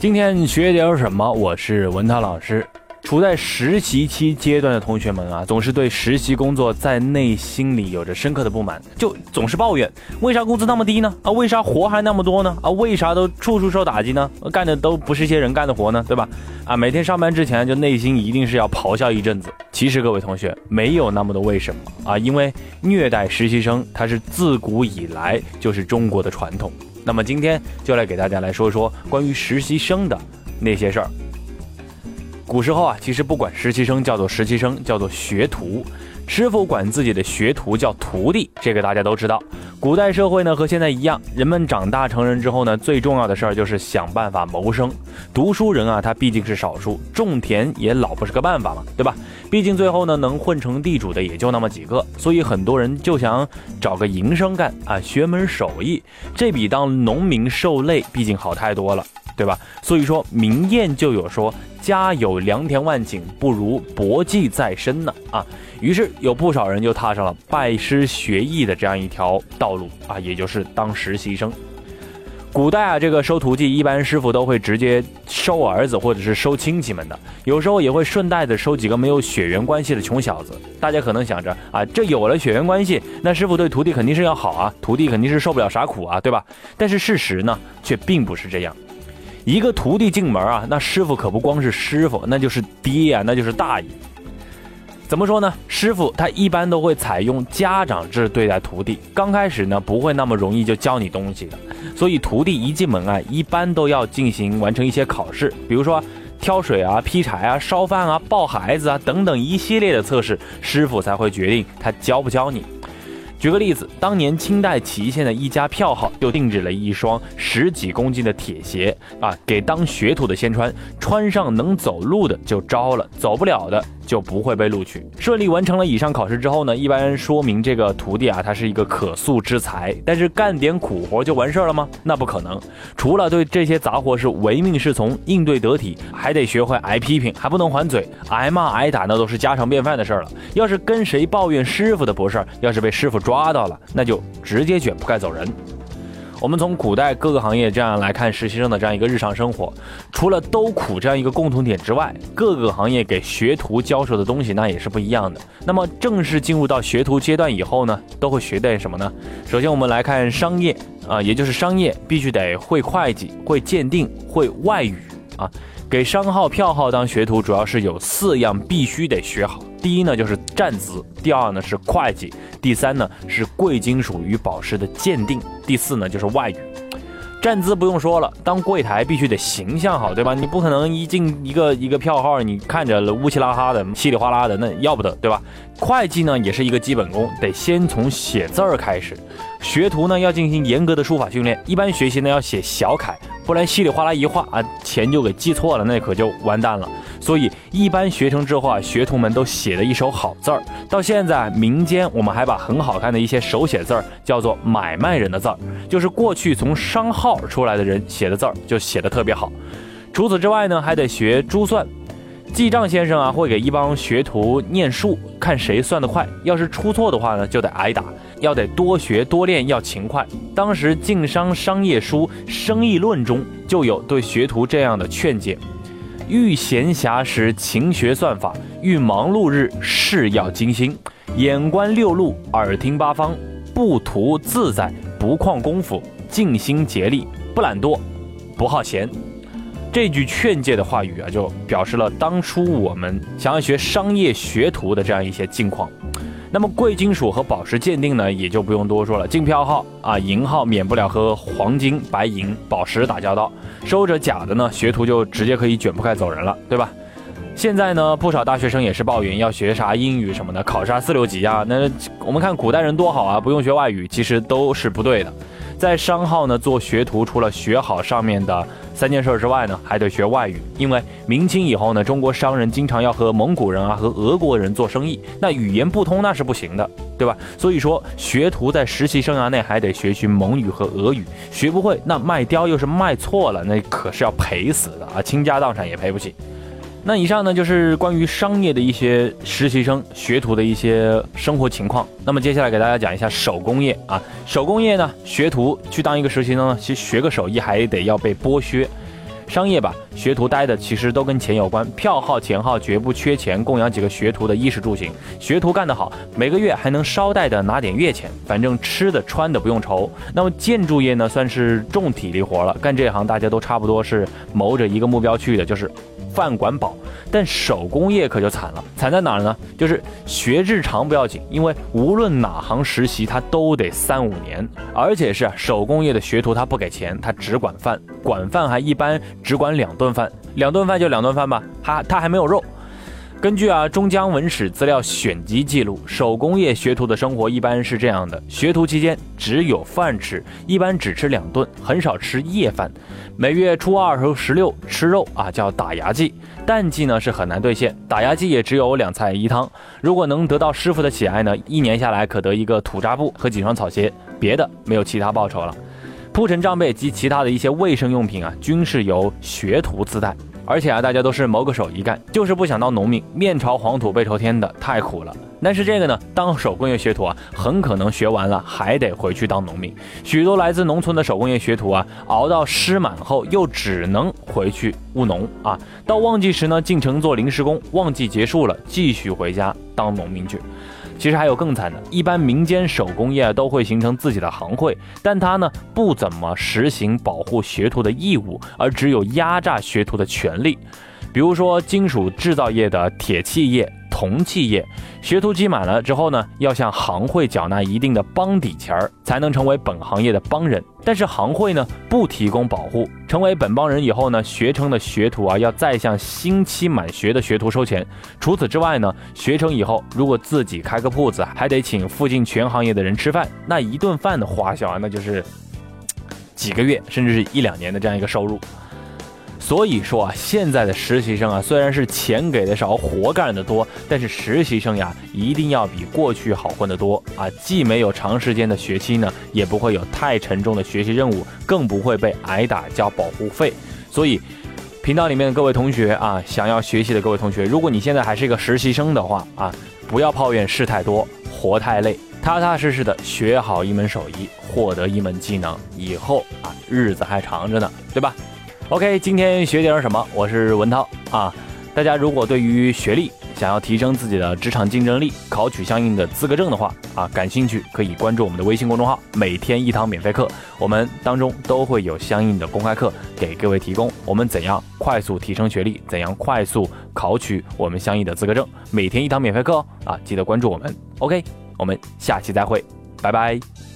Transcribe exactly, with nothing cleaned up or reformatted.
今天学点什么？我是文涛老师。处在实习期阶段的同学们啊，总是对实习工作在内心里有着深刻的不满，就总是抱怨为啥工资那么低呢？啊，为啥活还那么多呢？啊，为啥都处处受打击呢？干的都不是一些人干的活呢，对吧？啊，每天上班之前就内心一定是要咆哮一阵子。其实各位同学没有那么多为什么啊，因为虐待实习生它是自古以来就是中国的传统。那么今天就来给大家来说说关于实习生的那些事儿。古时候啊，其实不管实习生叫做实习生，叫做学徒，师傅管自己的学徒叫徒弟，这个大家都知道。古代社会呢和现在一样，人们长大成人之后呢，最重要的事儿就是想办法谋生。读书人啊，他毕竟是少数，种田也老不是个办法嘛，对吧？毕竟最后呢，能混成地主的也就那么几个，所以很多人就想找个营生干啊，学门手艺，这比当农民受累毕竟好太多了，对吧？所以说民谚就有说，家有良田万顷，不如薄技在身呢啊。于是有不少人就踏上了拜师学艺的这样一条道路啊，也就是当实习生。古代啊，这个收徒弟，一般师傅都会直接收儿子或者是收亲戚们的，有时候也会顺带的收几个没有血缘关系的穷小子。大家可能想着啊，这有了血缘关系，那师傅对徒弟肯定是要好啊，徒弟肯定是受不了啥苦啊，对吧？但是事实呢，却并不是这样。一个徒弟进门啊，那师傅可不光是师傅，那就是爹啊，那就是大爷。怎么说呢？师傅他一般都会采用家长制对待徒弟，刚开始呢不会那么容易就教你东西的，所以徒弟一进门啊，一般都要进行完成一些考试，比如说挑水啊、劈柴啊、烧饭啊、抱孩子啊等等一系列的测试，师傅才会决定他教不教你。举个例子，当年清代祁县的一家票号就定制了一双十几公斤的铁鞋啊，给当学徒的先穿，穿上能走路的就招了，走不了的就不会被录取。顺利完成了以上考试之后呢，一般说明这个徒弟啊，他是一个可塑之才。但是干点苦活就完事了吗？那不可能。除了对这些杂活是唯命是从、应对得体，还得学会挨批评，还不能还嘴，挨骂挨打那都是家常便饭的事了。要是跟谁抱怨师傅的不是，要是被师傅抓抓到了，那就直接卷铺盖走人。我们从古代各个行业这样来看实习生的这样一个日常生活，除了都苦这样一个共同点之外，各个行业给学徒教授的东西那也是不一样的。那么正式进入到学徒阶段以后呢，都会学点什么呢？首先我们来看商业啊、呃，也就是商业必须得会会计、会鉴定、会外语啊。给商号、票号当学徒，主要是有四样必须得学好。第一呢就是站姿，第二呢是会计，第三呢是贵金属与宝石的鉴定，第四呢就是外语。站姿不用说了，当柜台必须得形象好，对吧？你不可能一进一个一个票号，你看着乌漆拉哈的、稀里哗啦的，那要不得，对吧？会计呢也是一个基本功，得先从写字儿开始。学徒呢要进行严格的书法训练，一般学习呢要写小楷，不然稀里哗啦一画啊，钱就给记错了，那可就完蛋了。所以一般学成之后啊，学徒们都写了一手好字儿。到现在民间我们还把很好看的一些手写字儿叫做买卖人的字儿，就是过去从商号出来的人写的字儿就写得特别好。除此之外呢，还得学珠算。记账先生啊会给一帮学徒念数，看谁算得快，要是出错的话呢就得挨打，要得多学多练，要勤快。当时晋商商业书《生意论》中就有对学徒这样的劝诫：遇闲暇时勤学算法，遇忙碌日事要精心，眼观六路，耳听八方，不图自在，不旷功夫，尽心竭力，不懒惰，不好闲。这句劝诫的话语啊，就表示了当初我们想要学商业学徒的这样一些境况。那么贵金属和宝石鉴定呢，也就不用多说了。进票号啊，银号免不了和黄金、白银、宝石打交道，收着假的呢，学徒就直接可以卷铺盖走人了，对吧？现在呢，不少大学生也是抱怨要学啥英语什么的，考啥四六级啊。那我们看古代人多好啊，不用学外语，其实都是不对的。在商号呢做学徒，除了学好上面的三件事之外呢，还得学外语。因为明清以后呢，中国商人经常要和蒙古人啊、和俄国人做生意，那语言不通那是不行的，对吧？所以说学徒在实习生涯内还得学习蒙语和俄语，学不会那卖雕又是卖错了，那可是要赔死的啊，倾家荡产也赔不起。那以上呢就是关于商业的一些实习生学徒的一些生活情况。那么接下来给大家讲一下手工业啊，手工业呢，学徒去当一个实习生呢，其实学个手艺还得要被剥削。 商业吧，学徒待的其实都跟钱有关，票号钱号绝不缺钱，供养几个学徒的衣食住行。学徒干得好，每个月还能捎带的拿点月钱，反正吃的穿的不用愁。那么建筑业呢，算是重体力活了，干这行大家都差不多是谋着一个目标去的，就是饭管饱。但手工业可就惨了，惨在哪儿呢？就是学制长不要紧，因为无论哪行实习，他都得三五年，而且是手工业的学徒他不给钱，他只管饭，管饭还一般只管两顿饭，两顿饭就两顿饭吧，他他还没有肉。根据啊中江文史资料选集记录，手工业学徒的生活一般是这样的：学徒期间只有饭吃，一般只吃两顿，很少吃夜饭。每月初二和十六吃肉啊，叫打牙祭。淡季呢是很难兑现，打牙祭也只有两菜一汤。如果能得到师傅的喜爱呢，一年下来可得一个土扎布和几双草鞋，别的没有其他报酬了。铺陈帐被及其他的一些卫生用品啊，均是由学徒自带。而且啊，大家都是谋个手艺干，就是不想当农民，面朝黄土背朝天的，太苦了。但是这个呢，当手工业学徒啊，很可能学完了还得回去当农民。许多来自农村的手工业学徒啊，熬到师满后，又只能回去务农啊。到旺季时呢，进城做临时工，旺季结束了，继续回家当农民去。其实还有更惨的，一般民间手工业都会形成自己的行会，但它呢不怎么实行保护学徒的义务，而只有压榨学徒的权利。比如说金属制造业的铁器业、铜器业，学徒期满了之后呢，要向行会缴纳一定的帮底钱儿，才能成为本行业的帮人。但是行会呢不提供保护，成为本帮人以后呢，学成的学徒啊要再向新期满学的学徒收钱。除此之外呢，学成以后如果自己开个铺子，还得请附近全行业的人吃饭，那一顿饭的花销啊，那就是几个月甚至是一两年的这样一个收入。所以说啊，现在的实习生啊，虽然是钱给的少，活干的多，但是实习生呀，一定要比过去好混得多啊！既没有长时间的学期呢，也不会有太沉重的学习任务，更不会被挨打交保护费。所以，频道里面的各位同学啊，想要学习的各位同学，如果你现在还是一个实习生的话啊，不要抱怨事太多，活太累，踏踏实实的学好一门手艺，获得一门技能，以后啊，日子还长着呢，对吧？OK， 今天学点什么？我是文涛啊。大家如果对于学历想要提升自己的职场竞争力，考取相应的资格证的话啊，感兴趣可以关注我们的微信公众号，每天一堂免费课，我们当中都会有相应的公开课给各位提供。我们怎样快速提升学历，怎样快速考取我们相应的资格证，每天一堂免费课哦啊，记得关注我们。OK， 我们下期再会，拜拜。